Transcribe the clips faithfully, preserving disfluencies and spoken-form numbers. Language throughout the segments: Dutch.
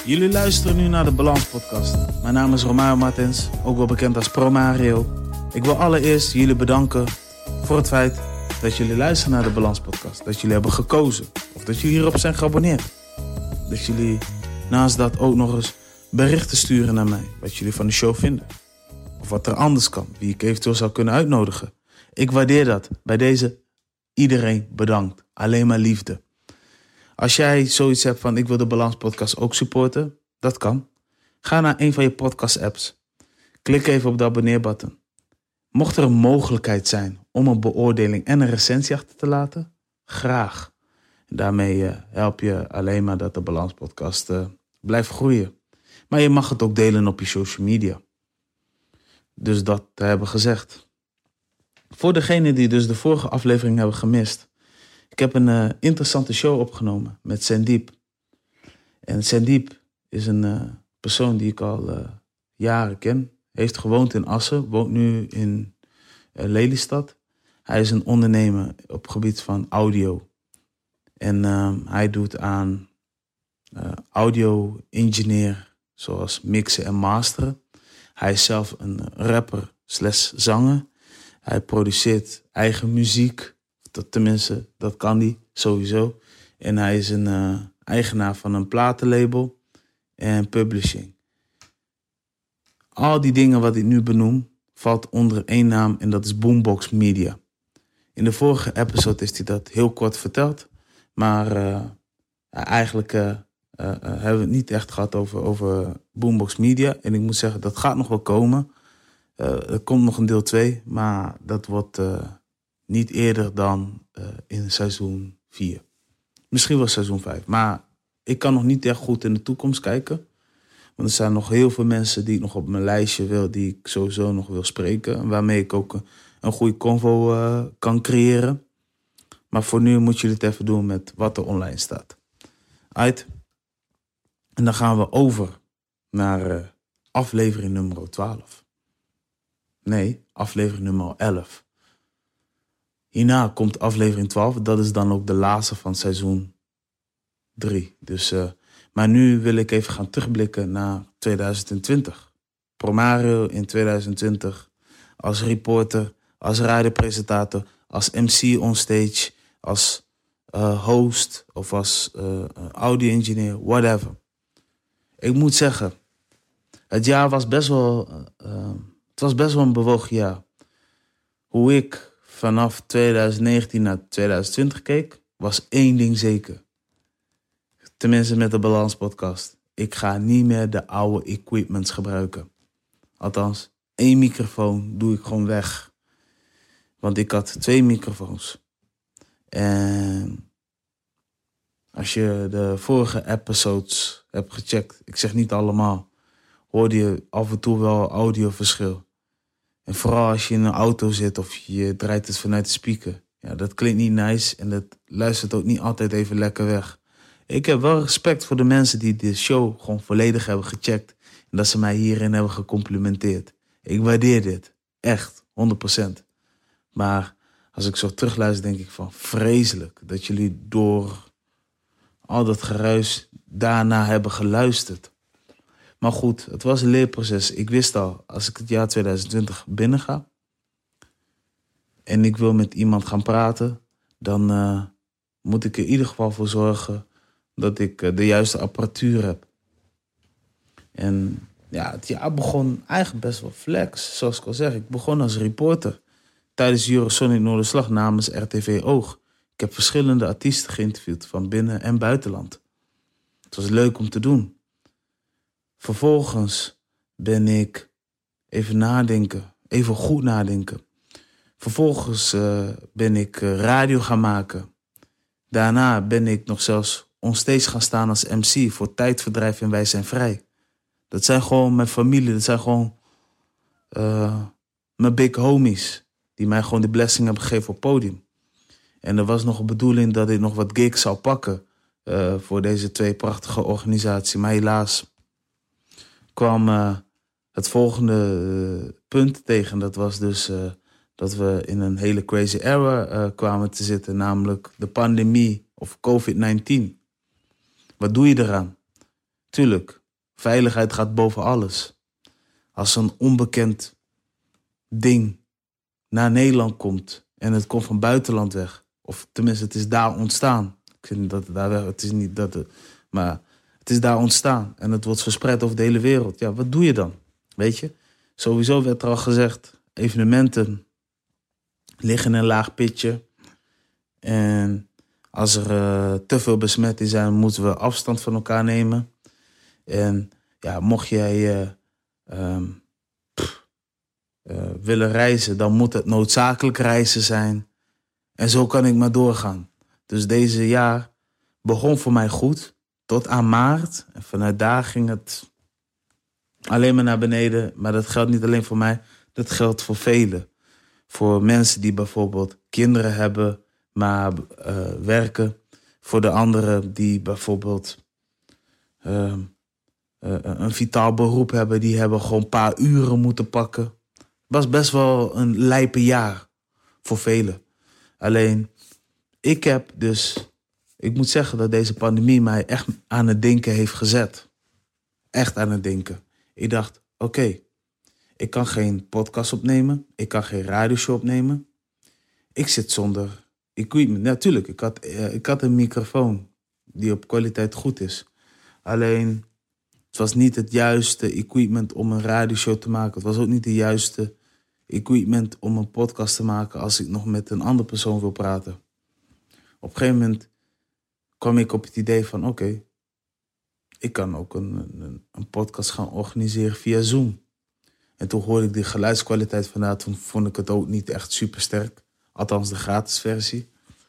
Jullie luisteren nu naar de Balans Podcast. Mijn naam is Romario Martens, ook wel bekend als Pro Mario. Ik wil allereerst jullie bedanken voor het feit dat jullie luisteren naar de Balans Podcast. Dat jullie hebben gekozen of dat jullie hierop zijn geabonneerd. Dat jullie naast dat ook nog eens berichten sturen naar mij. Wat jullie van de show vinden. Of wat er anders kan. Wie ik eventueel zou kunnen uitnodigen. Ik waardeer dat. Bij deze iedereen bedankt. Alleen maar liefde. Als jij zoiets hebt van ik wil de Balans Podcast ook supporten. Dat kan. Ga naar een van je podcast apps. Klik even op de abonneerbutton. Mocht er een mogelijkheid zijn om een beoordeling en een recensie achter te laten. Graag. Daarmee uh, help je alleen maar dat de Balans Podcast uh, blijft groeien. Maar je mag het ook delen op je social media. Dus dat hebben we gezegd. Voor degenen die dus de vorige aflevering hebben gemist. Ik heb een uh, interessante show opgenomen met Sandeep. En Sandeep is een uh, persoon die ik al uh, jaren ken. Heeft gewoond in Assen, woont nu in uh, Lelystad. Hij is een ondernemer op het gebied van audio. En uh, hij doet aan uh, audio-engineer, zoals mixen en masteren. Hij is zelf een rapper slash zanger. Hij produceert eigen muziek. Dat, tenminste, dat kan hij sowieso. En hij is een uh, eigenaar van een platenlabel en publishing. Al die dingen wat ik nu benoem, valt onder één naam en dat is Boombox Media. In de vorige episode heeft hij dat heel kort verteld. Maar uh, eigenlijk uh, uh, uh, hebben we het niet echt gehad over, over Boombox Media. En ik moet zeggen, dat gaat nog wel komen. Uh, er komt nog een deel twee, maar dat wordt uh, niet eerder dan uh, in seizoen vier. Misschien wel seizoen vijf. Maar ik kan nog niet echt goed in de toekomst kijken. Want er zijn nog heel veel mensen die ik nog op mijn lijstje wil, die ik sowieso nog wil spreken. Waarmee ik ook een, een goede convo uh, kan creëren. Maar voor nu moet je het even doen met wat er online staat. Uit. En dan gaan we over naar uh, aflevering nummer twaalf. Nee, aflevering nummer elf. Hierna komt aflevering twaalf. Dat is dan ook de laatste van seizoen drie. Dus, uh, maar nu wil ik even gaan terugblikken naar tweeduizend twintig. Pro Mario in tweeduizend twintig. Als reporter, als radiopresentator, als M C onstage, als uh, host of als uh, audio-engineer, whatever. Ik moet zeggen, het jaar was best wel, uh, uh, het was best wel een bewogen jaar. Hoe ik vanaf tweeduizend negentien naar tweeduizend twintig keek, was één ding zeker. Tenminste met de Balans Podcast. Ik ga niet meer de oude equipments gebruiken. Althans, één microfoon doe ik gewoon weg. Want ik had twee microfoons. En als je de vorige episodes hebt gecheckt, ik zeg niet allemaal, hoorde je af en toe wel audioverschil. En vooral als je in een auto zit of je draait het vanuit de speaker. Ja, dat klinkt niet nice en dat luistert ook niet altijd even lekker weg. Ik heb wel respect voor de mensen die de show gewoon volledig hebben gecheckt. En dat ze mij hierin hebben gecomplimenteerd. Ik waardeer dit. Echt, honderd procent. Maar als ik zo terugluister, denk ik van vreselijk dat jullie door al dat geruis daarna hebben geluisterd. Maar goed, het was een leerproces. Ik wist al, als ik het jaar tweeduizend twintig binnen ga en ik wil met iemand gaan praten, dan uh, moet ik er in ieder geval voor zorgen dat ik uh, de juiste apparatuur heb. En ja, het jaar begon eigenlijk best wel flex, zoals ik al zeg. Ik begon als reporter tijdens Eurosonic Noorderslag namens R T V Oog. Ik heb verschillende artiesten geïnterviewd van binnen- en buitenland. Het was leuk om te doen. Vervolgens ben ik even nadenken, even goed nadenken. Vervolgens uh, ben ik uh, radio gaan maken. Daarna ben ik nog zelfs onstage gaan staan als M C voor Tijdverdrijf en Wij Zijn Vrij. Dat zijn gewoon mijn familie, dat zijn gewoon uh, mijn big homies. Die mij gewoon de blessing hebben gegeven op het podium. En er was nog een bedoeling dat ik nog wat gigs zou pakken uh, voor deze twee prachtige organisaties. Maar helaas kwam uh, het volgende uh, punt tegen. Dat was dus uh, dat we in een hele crazy era uh, kwamen te zitten. Namelijk de pandemie of covid negentien. Wat doe je eraan? tuurlijk, veiligheid gaat boven alles. Als een onbekend ding naar Nederland komt en het komt van buitenland weg, of tenminste het is daar ontstaan. Ik vind dat het daar weg, het is niet dat het, maar het is daar ontstaan en het wordt verspreid over de hele wereld. Ja, wat doe je dan? Weet je? Sowieso werd er al gezegd, evenementen liggen in een laag pitje. En als er uh, te veel besmettingen zijn, moeten we afstand van elkaar nemen. En ja, mocht jij uh, um, pff, uh, willen reizen, dan moet het noodzakelijk reizen zijn. En zo kan ik maar doorgaan. Dus deze jaar begon voor mij goed, tot aan maart. En vanuit daar ging het alleen maar naar beneden. Maar dat geldt niet alleen voor mij, dat geldt voor velen. Voor mensen die bijvoorbeeld kinderen hebben, maar uh, werken. Voor de anderen die bijvoorbeeld uh, uh, een vitaal beroep hebben. Die hebben gewoon een paar uren moeten pakken. Het was best wel een lijpe jaar voor velen. Alleen, ik heb dus... Ik moet zeggen dat deze pandemie mij echt aan het denken heeft gezet. Echt aan het denken. Ik dacht, oké, okay, ik kan geen podcast opnemen. Ik kan geen radioshow opnemen. Ik zit zonder equipment. Natuurlijk, ik had, uh, ik had een microfoon die op kwaliteit goed is. Alleen, het was niet het juiste equipment om een radioshow te maken. Het was ook niet de juiste equipment om een podcast te maken als ik nog met een andere persoon wil praten. Op een gegeven moment kwam ik op het idee van, oké, okay, ik kan ook een, een, een podcast gaan organiseren via Zoom. En toen hoorde ik de geluidskwaliteit vandaar, toen vond ik het ook niet echt super sterk. Althans de gratis versie.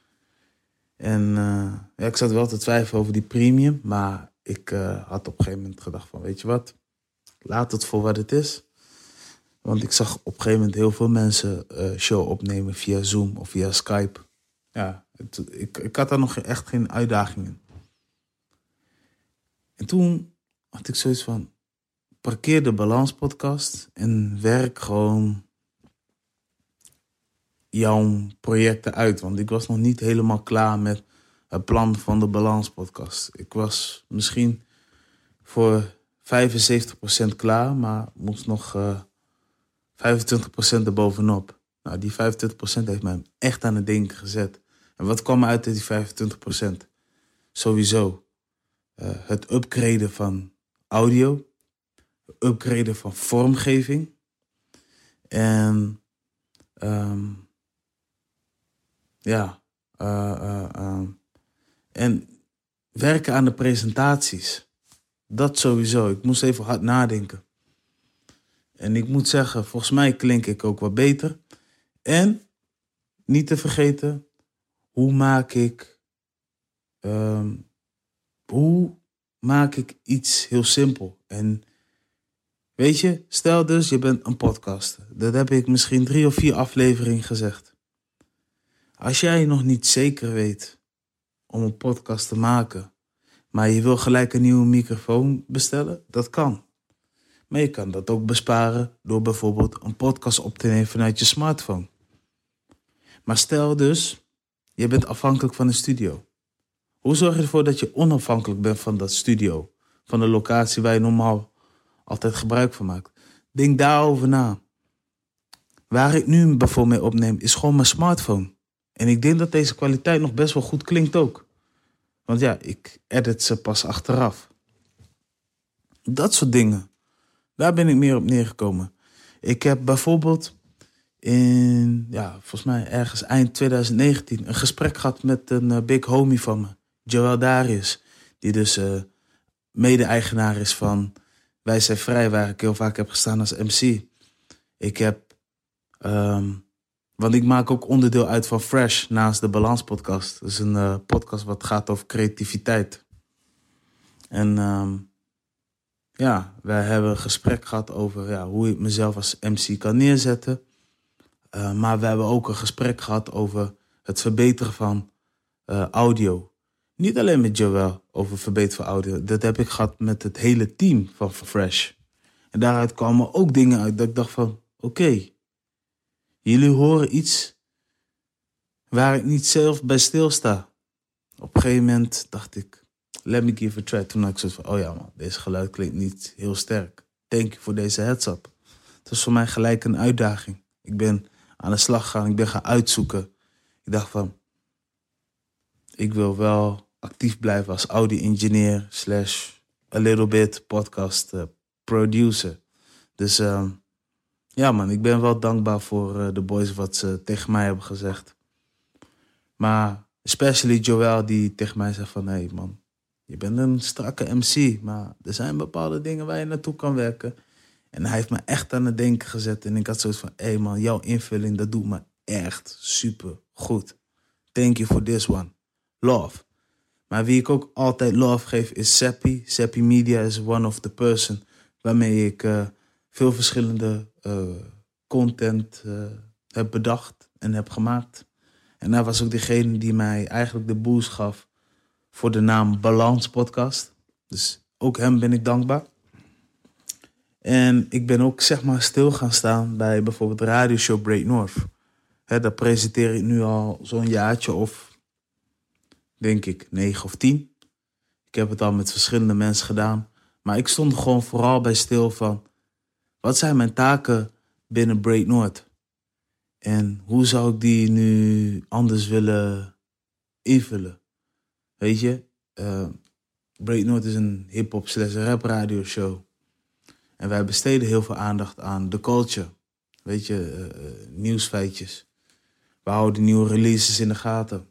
En uh, ja, ik zat wel te twijfelen over die premium, maar ik uh, had op een gegeven moment gedacht van, weet je wat, laat het voor wat het is. Want ik zag op een gegeven moment heel veel mensen uh, show opnemen via Zoom of via Skype. Ja, het, ik, ik had daar nog echt geen uitdaging in. En toen had ik zoiets van, parkeer de Balans podcast en werk gewoon jouw projecten uit. Want ik was nog niet helemaal klaar met het plan van de Balans podcast. Ik was misschien voor vijfenzeventig procent klaar, maar moest nog uh, vijfentwintig procent erbovenop. Nou, die vijfentwintig procent heeft mij echt aan het denken gezet. En wat kwam uit uit die vijfentwintig procent? Sowieso uh, het upgraden van audio, upgraden van vormgeving en um, ja, uh, uh, uh, en werken aan de presentaties. Dat sowieso. Ik moest even hard nadenken. En ik moet zeggen, volgens mij klink ik ook wat beter. En niet te vergeten, hoe maak ik, um, hoe maak ik iets heel simpel? En weet je, stel dus, je bent een podcaster. Dat heb ik misschien drie of vier afleveringen gezegd. Als jij nog niet zeker weet om een podcast te maken, maar je wil gelijk een nieuwe microfoon bestellen, dat kan. Maar je kan dat ook besparen door bijvoorbeeld een podcast op te nemen vanuit je smartphone. Maar stel dus, je bent afhankelijk van een studio. Hoe zorg je ervoor dat je onafhankelijk bent van dat studio? Van de locatie waar je normaal altijd gebruik van maakt. Denk daarover na. Waar ik nu bijvoorbeeld mee opneem is gewoon mijn smartphone. En ik denk dat deze kwaliteit nog best wel goed klinkt ook. Want ja, ik edit ze pas achteraf. Dat soort dingen. Daar ben ik meer op neergekomen. Ik heb bijvoorbeeld in, ja, volgens mij ergens eind twintig negentien... een gesprek gehad met een uh, big homie van me. Joel Darius. Die dus uh, mede-eigenaar is van Wij Zijn Vrij, waar ik heel vaak heb gestaan als M C. Ik heb, um, want ik maak ook onderdeel uit van Fresh naast de Balans podcast. Dat is een uh, podcast wat gaat over creativiteit. En um, ja, wij hebben een gesprek gehad over ja, hoe ik mezelf als M C kan neerzetten. Uh, maar we hebben ook een gesprek gehad over het verbeteren van uh, audio. Niet alleen met Joel over verbeteren van audio. Dat heb ik gehad met het hele team van Fresh. En daaruit kwamen ook dingen uit dat ik dacht van, oké, okay, jullie horen iets waar ik niet zelf bij stilsta. Op een gegeven moment dacht ik, let me give a try. Toen had ik zoiets van, oh ja man, deze geluid klinkt niet heel sterk. Thank you voor deze heads up. Het was voor mij gelijk een uitdaging. Ik ben aan de slag gegaan, ik ben gaan uitzoeken. Ik dacht van, ik wil wel actief blijven als audio-engineer slash a little bit podcast uh, producer. Dus uh, ja man, ik ben wel dankbaar voor uh, de boys wat ze tegen mij hebben gezegd. Maar especially Joel die tegen mij zegt van, hé hey man, je bent een strakke M C, maar er zijn bepaalde dingen waar je naartoe kan werken. En hij heeft me echt aan het denken gezet. En ik had zoiets van, hé hey man, jouw invulling, dat doet me echt super goed. Thank you for this one. Love. Maar wie ik ook altijd love geef is Seppi. Seppi Media is one of the person waarmee ik uh, veel verschillende uh, content uh, heb bedacht en heb gemaakt. En hij was ook degene die mij eigenlijk de boost gaf voor de naam Balans Podcast. Dus ook hem ben ik dankbaar. En ik ben ook zeg maar stil gaan staan bij bijvoorbeeld de radioshow Break North. Hè, dat presenteer ik nu al zo'n jaartje of, denk ik, negen of tien. Ik heb het al met verschillende mensen gedaan. Maar ik stond gewoon vooral bij stil van, wat zijn mijn taken binnen Break North? En hoe zou ik die nu anders willen invullen? Weet je, uh, Break North is een hip-hop slash rap radioshow. En wij besteden heel veel aandacht aan de culture. Weet je, uh, nieuwsfeitjes. We houden nieuwe releases in de gaten.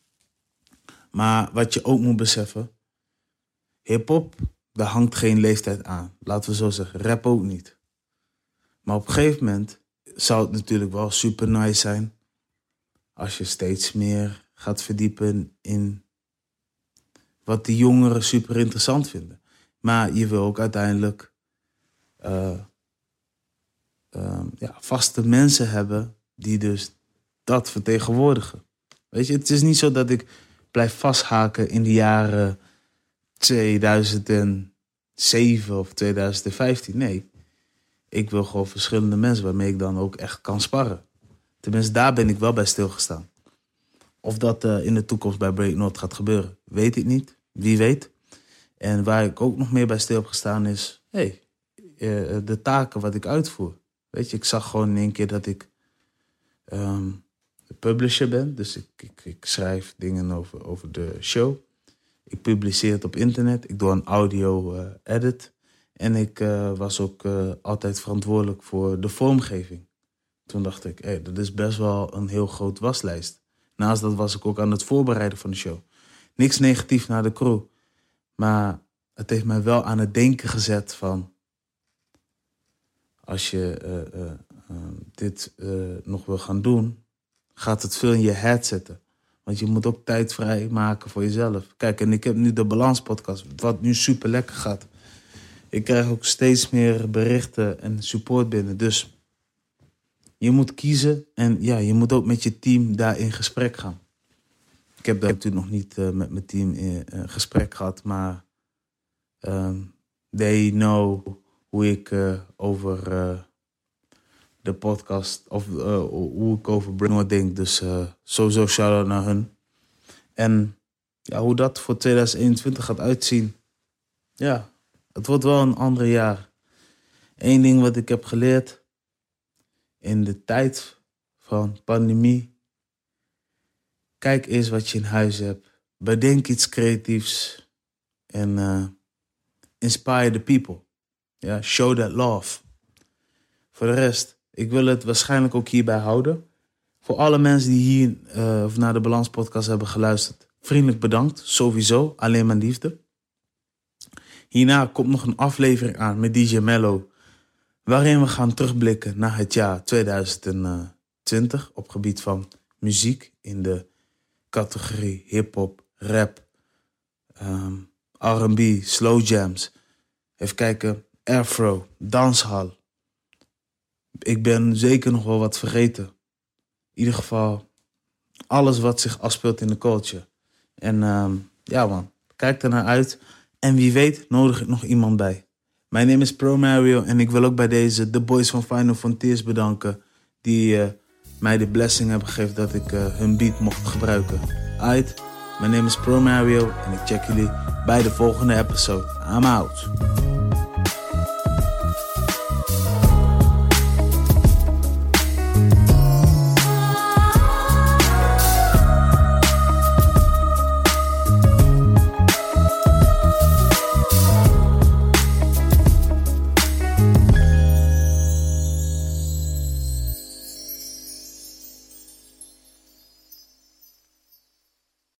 Maar wat je ook moet beseffen, hip-hop, daar hangt geen leeftijd aan. Laten we zo zeggen, rap ook niet. Maar op een gegeven moment zou het natuurlijk wel super nice zijn als je steeds meer gaat verdiepen in wat de jongeren super interessant vinden. Maar je wil ook uiteindelijk uh, uh, ja, vaste mensen hebben die dus dat vertegenwoordigen. Weet je, het is niet zo dat ik blijf vasthaken in de jaren tweeduizend zeven of tweeduizend vijftien. Nee, ik wil gewoon verschillende mensen waarmee ik dan ook echt kan sparren. Tenminste, daar ben ik wel bij stilgestaan. Of dat uh, in de toekomst bij Break North gaat gebeuren, weet ik niet. Wie weet. En waar ik ook nog meer bij stil heb gestaan is, hey, uh, de taken wat ik uitvoer. Weet je, ik zag gewoon in één keer dat ik um, de publisher ben. Dus ik, ik, ik schrijf dingen over, over de show. Ik publiceer het op internet. Ik doe een audio uh, edit. En ik uh, was ook uh, altijd verantwoordelijk voor de vormgeving. Toen dacht ik, hey, dat is best wel een heel groot waslijst. Naast dat was ik ook aan het voorbereiden van de show. Niks negatief naar de crew. Maar het heeft mij wel aan het denken gezet van, als je uh, uh, uh, dit uh, nog wil gaan doen, gaat het veel in je head zetten. Want je moet ook tijd vrij maken voor jezelf. Kijk, en ik heb nu de Balans Podcast, wat nu super lekker gaat. Ik krijg ook steeds meer berichten en support binnen. Dus je moet kiezen en ja, je moet ook met je team daar in gesprek gaan. Ik heb daar natuurlijk nog niet uh, met mijn team in uh, gesprek gehad, maar um, they know hoe ik uh, over uh, de podcast, of uh, hoe ik over Break North denk. Dus uh, sowieso shout-out naar hun. En ja, hoe dat voor twintig eenentwintig gaat uitzien, ja, het wordt wel een ander jaar. Eén ding wat ik heb geleerd in de tijd van pandemie, kijk eens wat je in huis hebt. Bedenk iets creatiefs. En uh, inspire the people. Ja, show that love. Voor de rest, ik wil het waarschijnlijk ook hierbij houden. Voor alle mensen die hier uh, of naar de Balans Podcast hebben geluisterd, vriendelijk bedankt. Sowieso, alleen maar liefde. Hierna komt nog een aflevering aan met D J Mello, waarin we gaan terugblikken naar het jaar tweeduizend twintig op gebied van muziek in de categorie hip-hop, rap, um, R en B, slow jams. Even kijken, afro, dancehall. Ik ben zeker nog wel wat vergeten. In ieder geval alles wat zich afspeelt in de culture. En um, ja man, kijk er naar uit. En wie weet nodig ik nog iemand bij. Mijn naam is Pro Mario en ik wil ook bij deze de boys van Final Frontiers bedanken die uh, mij de blessing hebben gegeven dat ik uh, hun beat mocht gebruiken. Aight, mijn naam is Pro Mario en ik check jullie bij de volgende episode. I'm out.